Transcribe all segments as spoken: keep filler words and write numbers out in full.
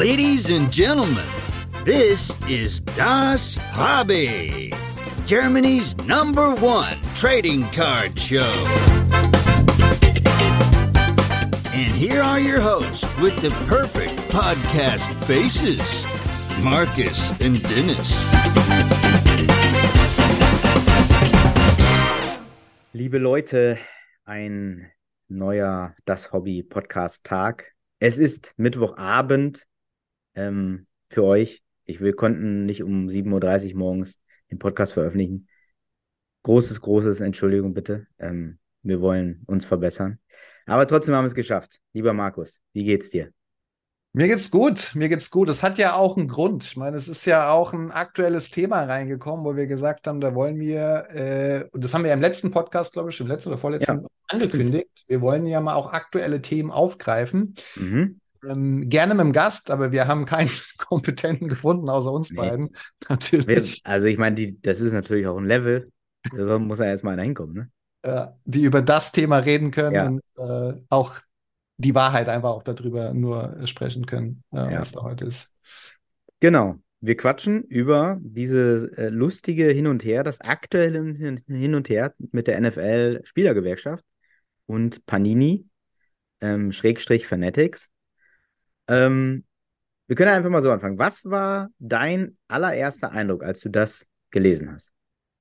Ladies and gentlemen, this is Das Hobby, Germany's number one trading card show. And here are your hosts with the perfect podcast faces, Marcus and Dennis. Liebe Leute, ein neuer Das Hobby Podcast Tag. Es ist Mittwochabend ähm, für euch. Ich, wir konnten nicht um sieben Uhr dreißig morgens den Podcast veröffentlichen. Großes, großes Entschuldigung bitte. Ähm, wir wollen uns verbessern. Aber trotzdem haben wir es geschafft. Lieber Markus, wie geht's dir? Mir geht's gut, mir geht's gut. Es hat ja auch einen Grund. Ich meine, es ist ja auch ein aktuelles Thema reingekommen, wo wir gesagt haben, da wollen wir, äh, und das haben wir ja im letzten Podcast, glaube ich, im letzten oder vorletzten Ja. angekündigt. Wir wollen ja mal auch aktuelle Themen aufgreifen. Mhm. Ähm, gerne mit dem Gast, aber wir haben keinen Kompetenten gefunden, außer uns Nee. beiden. Wir, Natürlich. also ich meine, die, das ist natürlich auch ein Level. Da muss ja erstmal einer hinkommen, ne? Äh, die über das Thema reden können Ja. und äh, auch die Wahrheit einfach auch darüber nur sprechen können, äh, Ja. was da heute ist. Genau. Wir quatschen über diese äh, lustige Hin und Her, das aktuelle Hin Hin und Her mit der N F L-Spielergewerkschaft und Panini, ähm, Schrägstrich Fanatics. Ähm, wir können einfach mal so anfangen. Was war dein allererster Eindruck, als du das gelesen hast?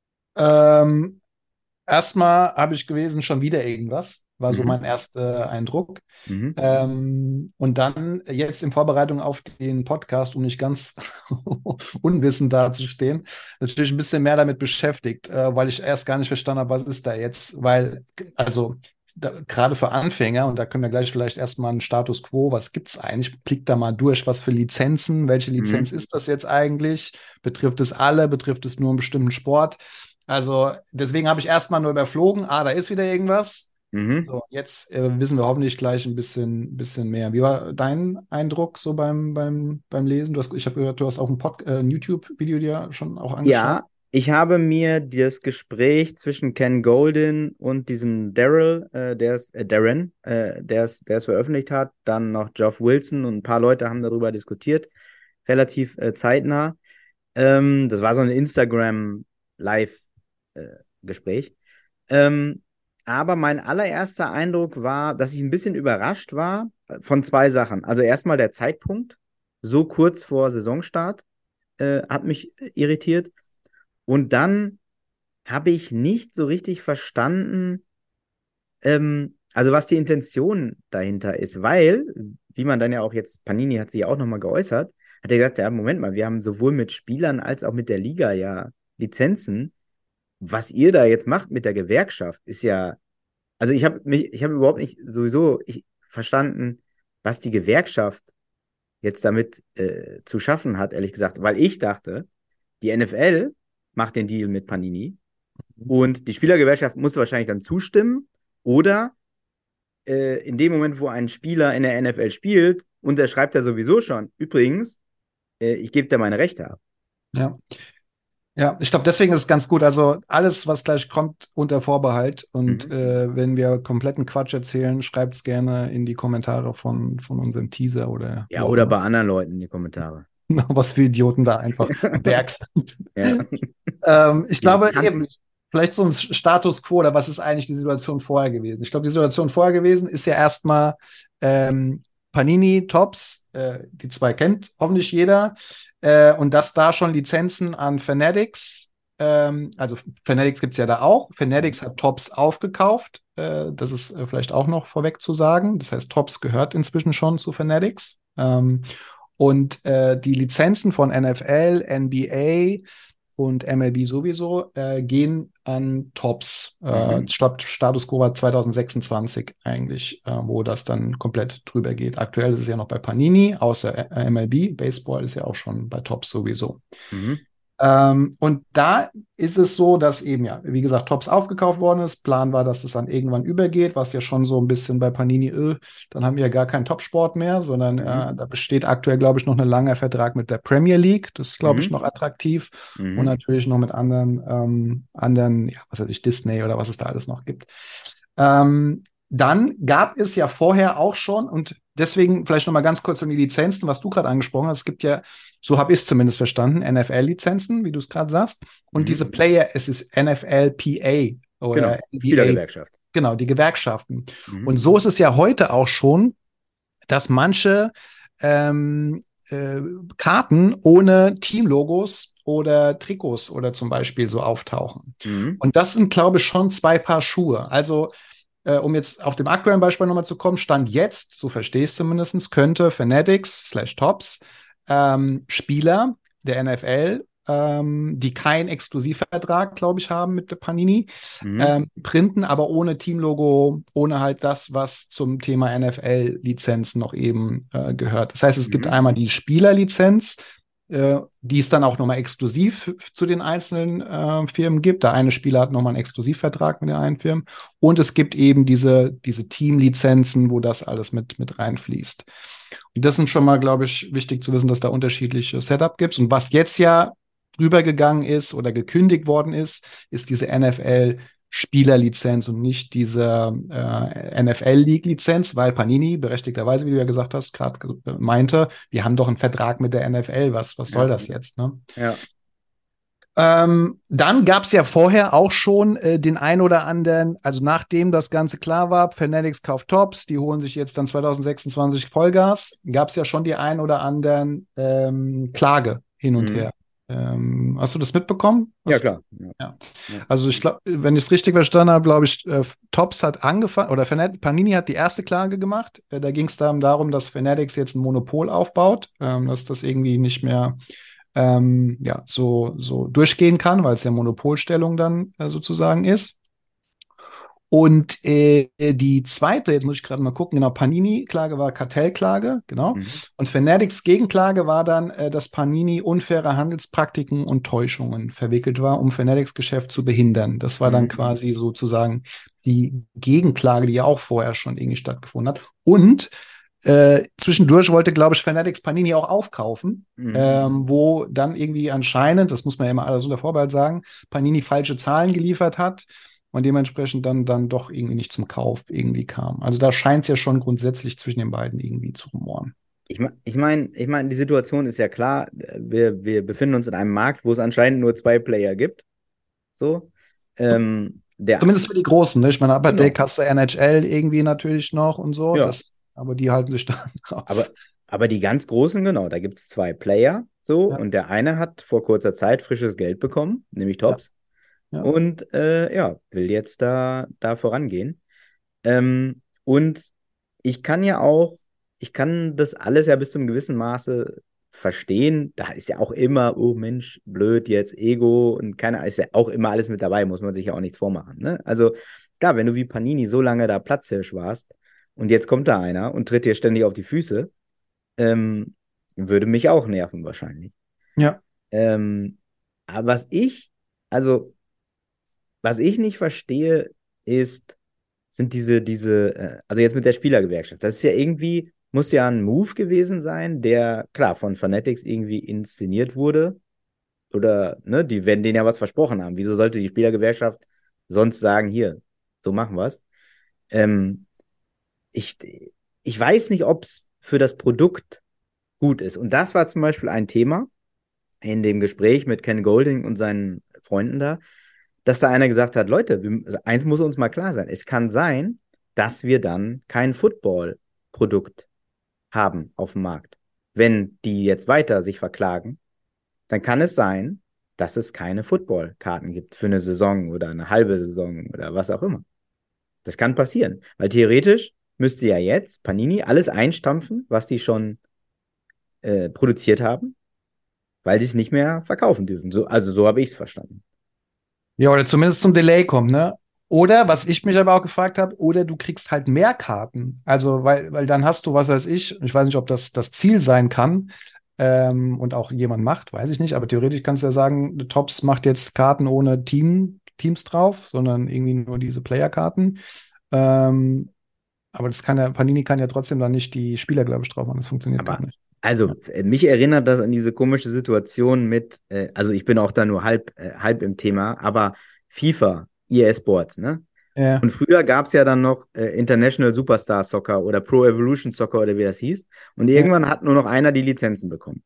Ähm, Erstmal habe ich gelesen, schon wieder irgendwas. War so Mhm. mein erster Eindruck. Mhm. Ähm, und dann jetzt in Vorbereitung auf den Podcast, um nicht ganz unwissend dazustehen, natürlich ein bisschen mehr damit beschäftigt, äh, weil ich erst gar nicht verstanden habe, was ist da jetzt. Weil, also da, gerade für Anfänger, und da können wir gleich vielleicht erstmal einen Status quo, was gibt es eigentlich? Blickt da mal durch, was für Lizenzen, welche Lizenz Mhm. ist das jetzt eigentlich? Betrifft es alle? Betrifft es nur einen bestimmten Sport? Also deswegen habe ich erstmal nur überflogen, ah, da ist wieder irgendwas. Mhm. So, jetzt äh, wissen wir hoffentlich gleich ein bisschen, bisschen mehr. Wie war dein Eindruck so beim, beim, beim Lesen? Du hast, ich habe gehört, du hast auch ein, Pod, äh, ein YouTube-Video dir schon auch angeschaut. Ja, ich habe mir das Gespräch zwischen Ken Golden und diesem Daryl, äh, der es, äh, Darren, äh, der es, der es veröffentlicht hat, dann noch Geoff Wilson und ein paar Leute haben darüber diskutiert, relativ äh, zeitnah. Ähm, das war so ein Instagram-Live-Gespräch. Ähm, aber mein allererster Eindruck war, dass ich ein bisschen überrascht war äh, von zwei Sachen. Also erstmal der Zeitpunkt, so kurz vor Saisonstart, äh, hat mich irritiert. Und dann habe ich nicht so richtig verstanden, ähm, also was die Intention dahinter ist, weil, wie man dann ja auch jetzt, Panini hat sich ja auch nochmal geäußert, hat er gesagt, ja, Moment mal, wir haben sowohl mit Spielern als auch mit der Liga ja Lizenzen. Was ihr da jetzt macht mit der Gewerkschaft, ist ja, also ich habe mich, ich habe überhaupt nicht sowieso ich, verstanden, was die Gewerkschaft jetzt damit äh, zu schaffen hat, ehrlich gesagt, weil ich dachte, die N F L macht den Deal mit Panini und die Spielergewerkschaft muss wahrscheinlich dann zustimmen oder äh, in dem Moment, wo ein Spieler in der N F L spielt, unterschreibt er sowieso schon, übrigens, äh, ich gebe dir meine Rechte ab. Ja. Ja, ich glaube, deswegen ist es ganz gut. Also alles, was gleich kommt, unter Vorbehalt. Und Mhm. äh, wenn wir kompletten Quatsch erzählen, schreibt es gerne in die Kommentare von, von unserem Teaser oder Ja, wo auch oder immer. bei anderen Leuten in die Kommentare. Was für Idioten da einfach am Berg sind. Ja. Ähm, ich glaube Militanten. eben, vielleicht so ein Status quo oder was ist eigentlich die Situation vorher gewesen? Ich glaube, die Situation vorher gewesen ist ja erstmal ähm, Panini, Topps, äh, die zwei kennt hoffentlich jeder, äh, und dass da schon Lizenzen an Fanatics, ähm, also Fanatics gibt es ja da auch, Fanatics hat Topps aufgekauft, äh, das ist äh, vielleicht auch noch vorweg zu sagen, das heißt, Topps gehört inzwischen schon zu Fanatics. Ähm, und äh, die Lizenzen von N F L, N B A und M L B sowieso äh, gehen an Topps. Äh, Mhm. ich glaube, Status Quo war zwanzig sechsundzwanzig eigentlich, äh, wo das dann komplett drüber geht. Aktuell ist es ja noch bei Panini, außer äh, M L B. Baseball ist ja auch schon bei Topps sowieso. Mhm. Ähm, und da ist es so, dass eben ja, wie gesagt, Topps aufgekauft worden ist. Plan war, dass das dann irgendwann übergeht, was ja schon so ein bisschen bei Panini, äh, dann haben wir ja gar keinen Topsport mehr, sondern Mhm. äh, da besteht aktuell, glaube ich, noch ein langer Vertrag mit der Premier League. Das ist, glaube ich, Mhm. noch attraktiv. Mhm. Und natürlich noch mit anderen, ähm, anderen, ja, was weiß ich, Disney oder was es da alles noch gibt. Ähm, dann gab es ja vorher auch schon, und deswegen vielleicht noch mal ganz kurz um die Lizenzen, was du gerade angesprochen hast. Es gibt ja, so habe ich es zumindest verstanden, N F L-Lizenzen, wie du es gerade sagst. Und Mhm. diese Player, es ist N F L P A oder Genau, N B A. Spielergewerkschaft. Genau, die Gewerkschaften. Mhm. Und so ist es ja heute auch schon, dass manche ähm, äh, Karten ohne Teamlogos oder Trikots oder zum Beispiel so auftauchen. Mhm. Und das sind, glaube ich, schon zwei Paar Schuhe. Also, äh, um jetzt auf dem aktuellen Beispiel nochmal zu kommen, Stand jetzt, so verstehe ich es zumindest, könnte Fanatics slash Tops ähm, Spieler der N F L, ähm, die keinen Exklusivvertrag, glaube ich, haben mit der Panini, Mhm. ähm, printen, aber ohne Teamlogo, ohne halt das, was zum Thema N F L-Lizenz noch eben äh, gehört. Das heißt, es gibt Mhm. einmal die Spielerlizenz, äh, die es dann auch nochmal exklusiv zu den einzelnen äh, Firmen gibt. Der eine Spieler hat nochmal einen Exklusivvertrag mit den einen Firmen. Und es gibt eben diese, diese Teamlizenzen, wo das alles mit, mit reinfließt. Und das sind schon mal, glaube ich, wichtig zu wissen, dass da unterschiedliche Setup gibt. Und was jetzt ja rübergegangen ist oder gekündigt worden ist, ist diese N F L Spielerlizenz und nicht diese äh, N F L-League-Lizenz, weil Panini berechtigterweise, wie du ja gesagt hast, gerade äh, meinte, wir haben doch einen Vertrag mit der N F L, was, was soll Ja. das jetzt? Ne? Ja. Ähm, dann gab es ja vorher auch schon äh, den ein oder anderen, also nachdem das Ganze klar war, Fanatics kauft Tops, die holen sich jetzt dann zwanzig sechsundzwanzig Vollgas, gab es ja schon die ein oder anderen ähm, Klage hin und Mhm. her. Ähm, hast du das mitbekommen? Ja, Was- klar. Ja. Ja. Ja. Also ich glaube, wenn ich es richtig verstanden habe, glaube ich, äh, Tops hat angefangen, oder Fanat Panini hat die erste Klage gemacht. Äh, da ging es dann darum, dass Fanatics jetzt ein Monopol aufbaut, ähm, dass das irgendwie nicht mehr ähm, ja, so, so durchgehen kann, weil es ja Monopolstellung dann äh, sozusagen ist. Und äh, die zweite, jetzt muss ich gerade mal gucken, genau, Panini-Klage war Kartellklage, genau. Mhm. Und Fanatics Gegenklage war dann, äh, dass Panini unfaire Handelspraktiken und Täuschungen verwickelt war, um Fanatics Geschäft zu behindern. Das war dann Mhm. quasi sozusagen die Gegenklage, die ja auch vorher schon irgendwie stattgefunden hat. Und äh, zwischendurch wollte, glaube ich, Fanatics Panini auch aufkaufen, Mhm. ähm, wo dann irgendwie anscheinend, das muss man ja immer alles unter Vorbehalt sagen, Panini falsche Zahlen geliefert hat und dementsprechend dann, dann doch irgendwie nicht zum Kauf irgendwie kam. Also da scheint es ja schon grundsätzlich zwischen den beiden irgendwie zu rumoren. Ich, me- ich meine, ich mein, die Situation ist ja klar. Wir, wir befinden uns in einem Markt, wo es anscheinend nur zwei Player gibt. So. Ähm, der, Zumindest für die Großen, ne? Ich meine, Upper Genau. Deck hast du N H L irgendwie natürlich noch und so, Ja. das, aber die halten sich dann raus. Aber, aber die ganz Großen, genau, da gibt es zwei Player. So. Ja. Und der eine hat vor kurzer Zeit frisches Geld bekommen, nämlich Tops. Ja. Und äh, ja, will jetzt da, da vorangehen. Ähm, und ich kann ja auch, ich kann das alles ja bis zu einem gewissen Maße verstehen. Da ist ja auch immer, oh Mensch, blöd, jetzt Ego und keine, ist ja auch immer alles mit dabei, muss man sich ja auch nichts vormachen. Ne? Also klar, wenn du wie Panini so lange da Platzhirsch warst und jetzt kommt da einer und tritt dir ständig auf die Füße, ähm, würde mich auch nerven wahrscheinlich. Ja. Ähm, aber was ich, also was ich nicht verstehe, ist, sind diese, diese, äh, also jetzt mit der Spielergewerkschaft. Das ist ja irgendwie, muss ja ein Move gewesen sein, der, klar, von Fanatics irgendwie inszeniert wurde. Oder, ne, die werden denen ja was versprochen haben. Wieso sollte die Spielergewerkschaft sonst sagen, hier, so machen wir es? Ähm, ich, ich weiß nicht, ob es für das Produkt gut ist. Und das war zum Beispiel ein Thema in dem Gespräch mit Ken Golding und seinen Freunden da, dass da einer gesagt hat, Leute, wir, also eins muss uns mal klar sein, es kann sein, dass wir dann kein Football-Produkt haben auf dem Markt. Wenn die jetzt weiter sich verklagen, dann kann es sein, dass es keine Football-Karten gibt für eine Saison oder eine halbe Saison oder was auch immer. Das kann passieren, weil theoretisch müsste ja jetzt Panini alles einstampfen, was die schon äh, produziert haben, weil sie es nicht mehr verkaufen dürfen. So, also so habe ich es verstanden. Ja, oder zumindest zum Delay kommt, ne? Oder, was ich mich aber auch gefragt habe, oder du kriegst halt mehr Karten. Also, weil, weil dann hast du, was weiß ich, ich weiß nicht, ob das das Ziel sein kann ähm, und auch jemand macht, weiß ich nicht, aber theoretisch kannst du ja sagen, Tops macht jetzt Karten ohne Team, Teams drauf, sondern irgendwie nur diese Player-Karten. Ähm, aber das kann ja, Panini kann ja trotzdem dann nicht die Spieler, glaube ich, drauf machen. Das funktioniert Aber gar nicht. also, äh, mich erinnert das an diese komische Situation mit, äh, also ich bin auch da nur halb, äh, halb im Thema, aber FIFA, E A Sports, ne? Ja. Und früher gab es ja dann noch äh, International Superstar Soccer oder Pro Evolution Soccer oder wie das hieß. Und Ja. irgendwann hat nur noch einer die Lizenzen bekommen.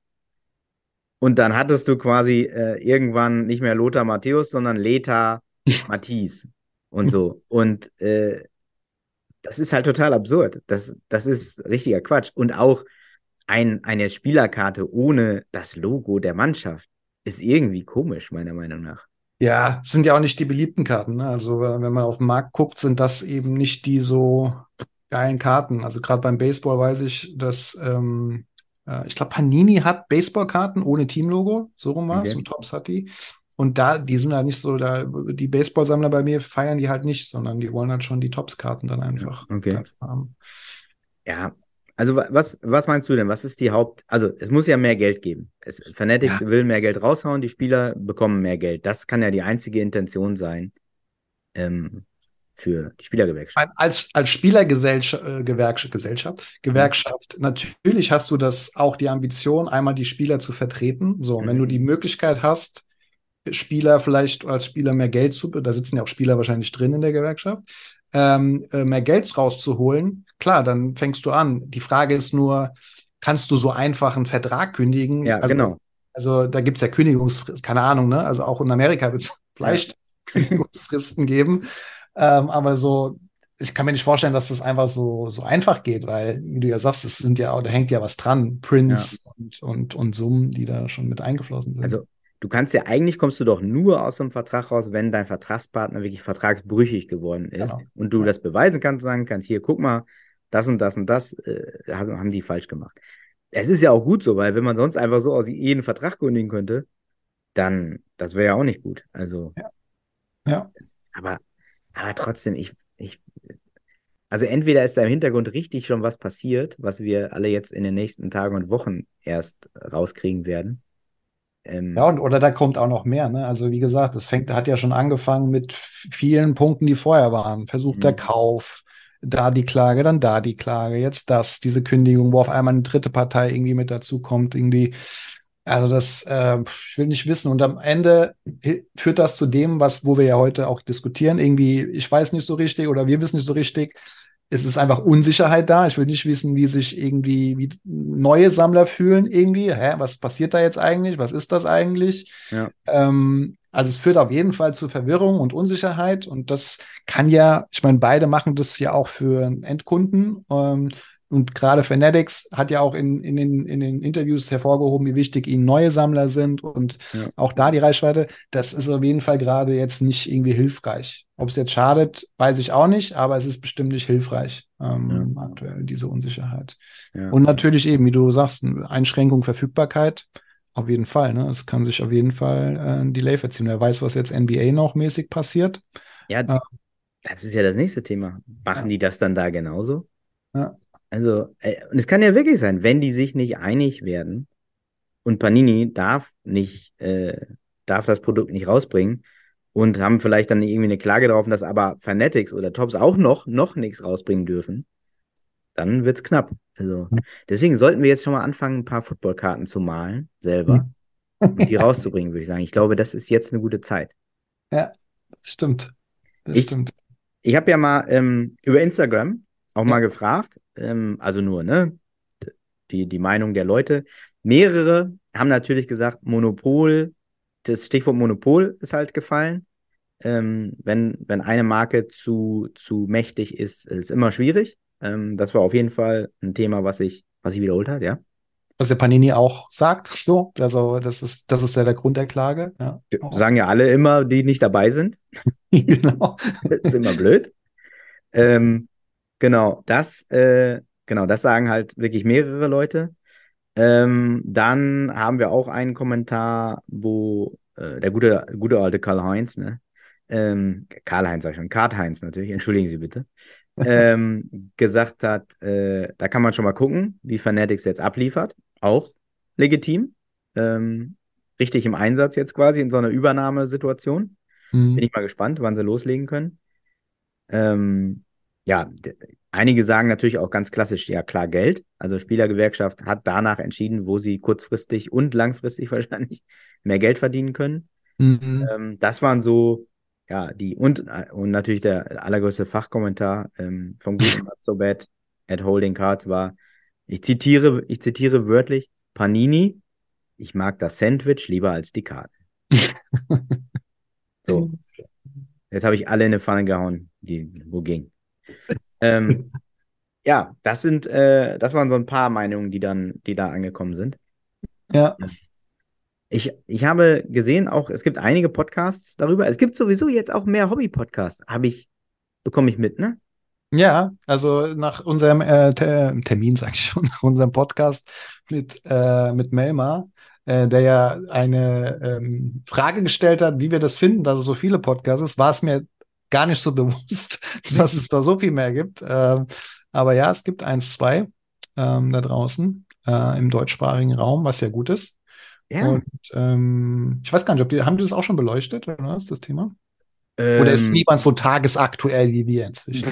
Und dann hattest du quasi äh, irgendwann nicht mehr Lothar Matthäus, sondern Leta Matthijs und so. Und äh, das ist halt total absurd. Das, das ist richtiger Quatsch. Und auch ein, eine Spielerkarte ohne das Logo der Mannschaft ist irgendwie komisch, meiner Meinung nach. Ja, es sind ja auch nicht die beliebten Karten. Ne? Also äh, wenn man auf den Markt guckt, sind das eben nicht die so geilen Karten. Also gerade beim Baseball weiß ich, dass ähm, äh, ich glaube, Panini hat Baseballkarten ohne Teamlogo, so rum war's, Okay. und Topps hat die. Und da, die sind halt nicht so, da, die Baseballsammler bei mir feiern die halt nicht, sondern die wollen halt schon die Topps-Karten dann Ja, einfach okay. dafür haben. Ja, also wa- was, was meinst du denn? Was ist die Haupt... Also es muss ja mehr Geld geben. Es, Fanatics Ja. will mehr Geld raushauen, die Spieler bekommen mehr Geld. Das kann ja die einzige Intention sein ähm, für die Spielergewerkschaft. Als, als Spielergesellschaft, äh, Gewerkschaft, Gesellschaft, Ja. Gewerkschaft, natürlich hast du das auch die Ambition, einmal die Spieler zu vertreten. So, und wenn du Mhm. die Möglichkeit hast, Spieler vielleicht als Spieler mehr Geld zu, da sitzen ja auch Spieler wahrscheinlich drin in der Gewerkschaft, ähm, äh, mehr Geld rauszuholen, klar, dann fängst du an. Die Frage ist nur, kannst du so einfach einen Vertrag kündigen? Ja, Also, genau. also da gibt es ja Kündigungsfrist, keine Ahnung, ne? Also auch in Amerika wird es Ja. vielleicht Kündigungsfristen geben. Ähm, aber so, ich kann mir nicht vorstellen, dass das einfach so, so einfach geht, weil, wie du ja sagst, es sind ja, da hängt ja was dran, Ja. Prints und, und, und Summen, die da schon mit eingeflossen sind. Also du kannst ja, eigentlich kommst du doch nur aus so einem Vertrag raus, wenn dein Vertragspartner wirklich vertragsbrüchig geworden ist Genau. und du Ja. das beweisen kannst, sagen kannst, hier, guck mal, das und das und das äh, haben haben die falsch gemacht. Es ist ja auch gut so, weil wenn man sonst einfach so aus jedem Vertrag kündigen könnte, dann, das wäre ja auch nicht gut. Also, Ja. aber, aber trotzdem, ich, ich, also entweder ist da im Hintergrund richtig schon was passiert, was wir alle jetzt in den nächsten Tagen und Wochen erst rauskriegen werden. Ja, Ähm, und oder da kommt auch noch mehr, ne? Also wie gesagt, das fängt, hat ja schon angefangen mit vielen Punkten, die vorher waren. Versuchter mhm. Kauf, da die Klage, dann da die Klage, jetzt das, diese Kündigung, wo auf einmal eine dritte Partei irgendwie mit dazu kommt, irgendwie. Also das, äh, ich will nicht wissen. Und am Ende hi- führt das zu dem, was, wo wir ja heute auch diskutieren. Irgendwie, ich weiß nicht so richtig oder wir wissen nicht so richtig. Es ist einfach Unsicherheit da. Ich will nicht wissen, wie sich irgendwie, wie neue Sammler fühlen irgendwie. Hä, was passiert da jetzt eigentlich? Was ist das eigentlich? Ja. Ähm, also es führt auf jeden Fall zu Verwirrung und Unsicherheit. Und das kann ja, ich meine, beide machen das ja auch für Endkunden. Ähm, und gerade Fanatics hat ja auch in, in, den, in den Interviews hervorgehoben, wie wichtig ihnen neue Sammler sind und Ja. auch da die Reichweite. Das ist auf jeden Fall gerade jetzt nicht irgendwie hilfreich. Ob es jetzt schadet, weiß ich auch nicht, aber es ist bestimmt nicht hilfreich, ähm, Ja. aktuell, diese Unsicherheit. Ja. Und natürlich eben, wie du sagst, eine Einschränkung Verfügbarkeit. Auf jeden Fall, ne? Es kann sich auf jeden Fall äh, ein Delay verziehen. Wer weiß, was jetzt N B A noch mäßig passiert. Ja, Äh, das ist ja das nächste Thema. Machen ja, die das dann da genauso? ja. Also, äh, und es kann ja wirklich sein, wenn die sich nicht einig werden und Panini darf nicht, äh, darf das Produkt nicht rausbringen und haben vielleicht dann irgendwie eine Klage darauf, dass aber Fanatics oder Tops auch noch, noch nichts rausbringen dürfen, dann wird's knapp. Also, deswegen sollten wir jetzt schon mal anfangen, ein paar Footballkarten zu malen, selber, und die rauszubringen, würde ich sagen. Ich glaube, das ist jetzt eine gute Zeit. Ja, das stimmt. Das Ich, stimmt. ich habe ja mal ähm, über Instagram auch mal Ja. gefragt, ähm, also nur, ne, die, die Meinung der Leute. Mehrere haben natürlich gesagt, Monopol, das Stichwort Monopol ist halt gefallen. Ähm, wenn, wenn eine Marke zu, zu mächtig ist, ist immer schwierig. Ähm, das war auf jeden Fall ein Thema, was sich was sich wiederholt hat, ja. Was der Panini auch sagt, so, also das ist, das ist ja der Grund der Klage. Ja. Oh. Sagen ja alle immer, die nicht dabei sind. Genau. Das ist immer blöd. Ähm, genau, das, äh, genau, das sagen halt wirklich mehrere Leute. Ähm, dann haben wir auch einen Kommentar, wo äh, der gute, gute alte Karl-Heinz, ne? Ähm, Karl-Heinz sag ich schon, Karl-Heinz natürlich, entschuldigen Sie bitte, ähm, gesagt hat, äh, da kann man schon mal gucken, wie Fanatics jetzt abliefert. Auch legitim. Ähm, richtig im Einsatz jetzt quasi in so einer Übernahmesituation. Bin Mhm. ich mal gespannt, wann sie loslegen können. Ähm, ja, d- einige sagen natürlich auch ganz klassisch, ja klar, Geld. Also Spielergewerkschaft hat danach entschieden, wo sie kurzfristig und langfristig wahrscheinlich mehr Geld verdienen können. Mhm. Ähm, das waren so Ja, die und, äh, und natürlich der allergrößte Fachkommentar ähm, vom guten Not So Bad at Holding Cards war, ich zitiere, ich zitiere wörtlich, Panini, ich mag das Sandwich lieber als die Karten. So, jetzt habe ich alle in eine Pfanne gehauen, die wo ging. Ähm, ja, das sind, äh, das waren so ein paar Meinungen, die dann, die da angekommen sind. Ja. Ich, ich habe gesehen, auch es gibt einige Podcasts darüber. Es gibt sowieso jetzt auch mehr Hobby-Podcasts. Habe ich, bekomme ich mit, ne? Ja, also nach unserem äh, Te- Termin, sag ich schon, nach unserem Podcast mit, äh, mit Melmar, äh, der ja eine ähm, Frage gestellt hat, wie wir das finden, dass es so viele Podcasts ist, war es mir gar nicht so bewusst, dass es da so viel mehr gibt. Ähm, aber ja, es gibt eins, zwei ähm, da draußen äh, im deutschsprachigen Raum, was ja gut ist. Ja. Und ähm, ich weiß gar nicht, ob die, haben die das auch schon beleuchtet, oder was, das Thema? Oder ist Ähm, niemand so tagesaktuell wie wir inzwischen?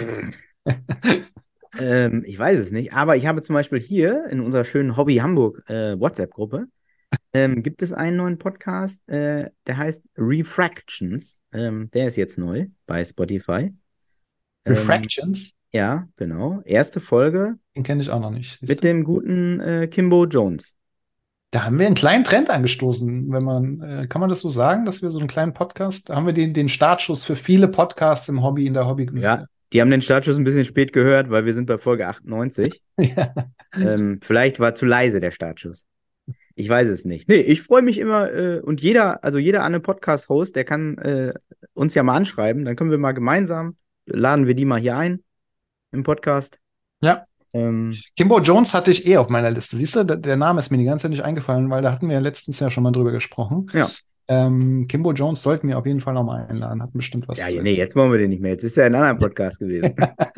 ähm, ich weiß es nicht, aber ich habe zum Beispiel hier in unserer schönen Hobby Hamburg äh, WhatsApp-Gruppe ähm, gibt es einen neuen Podcast, äh, der heißt Refractions. Ähm, der ist jetzt neu bei Spotify. Ähm, Refractions? ja, genau. Erste Folge Den kenne ich auch noch nicht, siehst mit du? dem guten äh, Kimbo Jones. Da haben wir einen kleinen Trend angestoßen, wenn man, äh, kann man das so sagen, dass wir so einen kleinen Podcast, da haben wir den, den Startschuss für viele Podcasts im Hobby, in der Hobby. Ja, die haben den Startschuss ein bisschen spät gehört, weil wir sind bei Folge achtundneunzig. Ja. Ähm, vielleicht war zu leise der Startschuss. Ich weiß es nicht. Nee, ich freue mich immer äh, und jeder, also jeder andere Podcast-Host, der kann äh, uns ja mal anschreiben. Dann können wir mal gemeinsam, laden wir die mal hier ein im Podcast. Ja. Ähm, Kimbo Jones hatte ich eh auf meiner Liste. Siehst du, der, der Name ist mir die ganze Zeit nicht eingefallen, weil da hatten wir ja letztens ja schon mal drüber gesprochen. ja. Ähm, Kimbo Jones sollten wir auf jeden Fall noch mal einladen, hat bestimmt was Ja, zu nee, erzählen. jetzt wollen wir den nicht mehr. Jetzt ist er in einem anderen Podcast gewesen.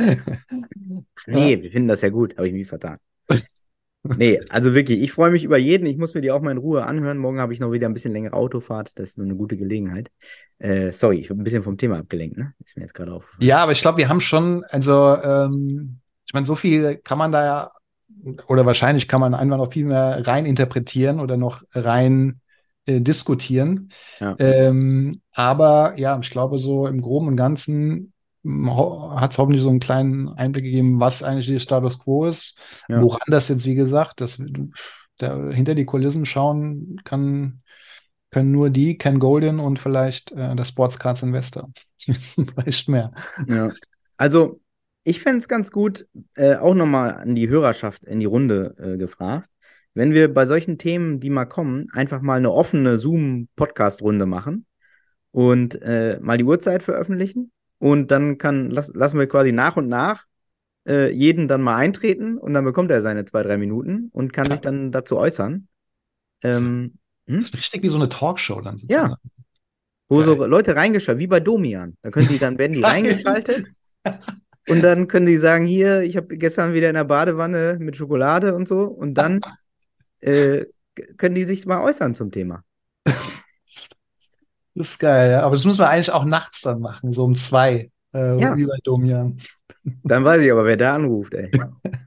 Ja. Nee, wir finden das ja gut. Habe ich mich vertan. Nee, also wirklich, ich freue mich über jeden. Ich muss mir die auch mal in Ruhe anhören. Morgen habe ich noch wieder ein bisschen längere Autofahrt. Das ist nur eine gute Gelegenheit. Äh, sorry, ich habe ein bisschen vom Thema abgelenkt, ne? Ist mir jetzt gerade aufgefallen. Ja, aber ich glaube, wir haben schon, also ähm, ich meine, so viel kann man da ja, oder wahrscheinlich kann man einfach noch viel mehr rein interpretieren oder noch rein äh, diskutieren. Ja, Ähm, aber ja, ich glaube, so im Groben und Ganzen hat es hoffentlich so einen kleinen Einblick gegeben, was eigentlich der Status quo ist, ja, woran das jetzt, wie gesagt, das, da hinter die Kulissen schauen kann, können nur die, Ken Golden und vielleicht äh, der Sports Cards Investor. Die wissen vielleicht mehr. ja. Also, ich fände es ganz gut, äh, auch nochmal an die Hörerschaft in die Runde äh, gefragt, wenn wir bei solchen Themen, die mal kommen, einfach mal eine offene Zoom-Podcast-Runde machen und äh, mal die Uhrzeit veröffentlichen. Und dann kann, lass, lassen wir quasi nach und nach äh, jeden dann mal eintreten und dann bekommt er seine zwei, drei Minuten und kann sich dann dazu äußern. Das Ähm, hm? ist richtig wie so eine Talkshow dann Ja, sozusagen. wo so Geil. Leute reingeschaltet, wie bei Domian. Da können die dann, werden die Geil. reingeschaltet und dann können die sagen, hier, ich habe gestern wieder in der Badewanne mit Schokolade und so und dann äh, können die sich mal äußern zum Thema. Das ist geil, ja. Aber das müssen wir eigentlich auch nachts dann machen, so um zwei, äh, Ja, wie bei Domian. dann weiß ich aber, wer da anruft, ey.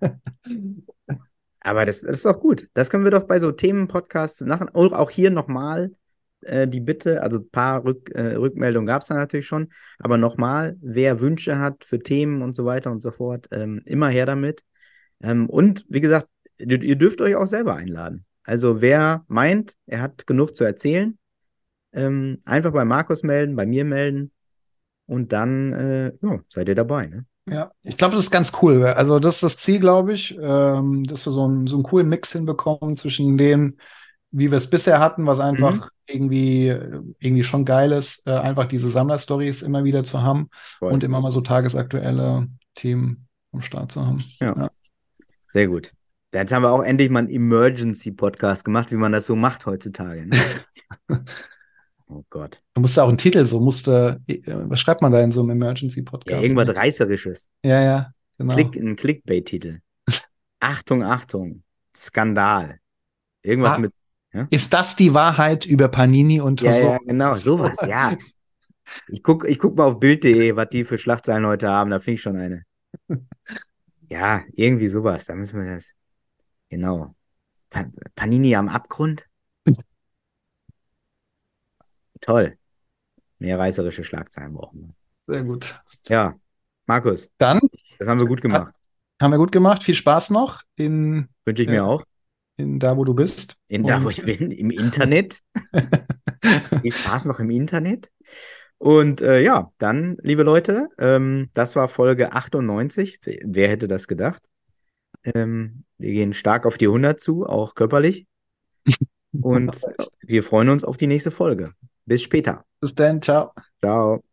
Aber das, das ist doch gut. Das können wir doch bei so Themen-Podcasts machen. Und auch hier nochmal äh, die Bitte, also ein paar Rück, äh, Rückmeldungen gab es da natürlich schon, aber nochmal, wer Wünsche hat für Themen und so weiter und so fort, ähm, immer her damit. Ähm, und wie gesagt, ihr, ihr dürft euch auch selber einladen. Also wer meint, er hat genug zu erzählen, ähm, einfach bei Markus melden, bei mir melden und dann äh, ja, seid ihr dabei. Ne? Ja, ich glaube, das ist ganz cool. Also, das ist das Ziel, glaube ich, ähm, dass wir so einen, so einen coolen Mix hinbekommen zwischen dem, wie wir es bisher hatten, was Mhm. einfach irgendwie, irgendwie schon geil ist, äh, einfach diese Sammlerstories immer wieder zu haben Voll. und immer mal so tagesaktuelle Themen am Start zu haben. Ja, Ja. sehr gut. Jetzt haben wir auch endlich mal einen Emergency-Podcast gemacht, wie man das so macht heutzutage. Ne? Oh Gott. Du musst ja auch einen Titel, so musste, äh, was schreibt man da in so einem Ja, Emergency-Podcast? irgendwas Reißerisches. Ja, ja, genau. Klick, ein Clickbait-Titel. Achtung, Achtung. Skandal. Irgendwas Ah, mit. Ja, ist das die Wahrheit über Panini und ja, Tresor? ja, genau. Sowas, ja. Ich guck, ich guck mal auf Bild punkt de, was die für Schlagzeilen heute haben. Da finde ich schon eine. Ja, irgendwie sowas. Da müssen wir das. Genau. Pa Panini am Abgrund? Toll. Mehr reißerische Schlagzeilen brauchen wir. Sehr gut. Ja, Markus, Dann das haben wir gut gemacht. haben wir gut gemacht. Viel Spaß noch in, Wünsche ich äh, mir auch. in da, wo du bist. In da, wo Und ich bin, im Internet. Viel Spaß noch im Internet. Und äh, ja, dann, liebe Leute, ähm, das war Folge achtundneunzig. Wer wer hätte das gedacht? Ähm, wir gehen stark auf die hundert zu, auch körperlich. Und wir freuen uns auf die nächste Folge. Bis später. bis dann, ciao. Ciao.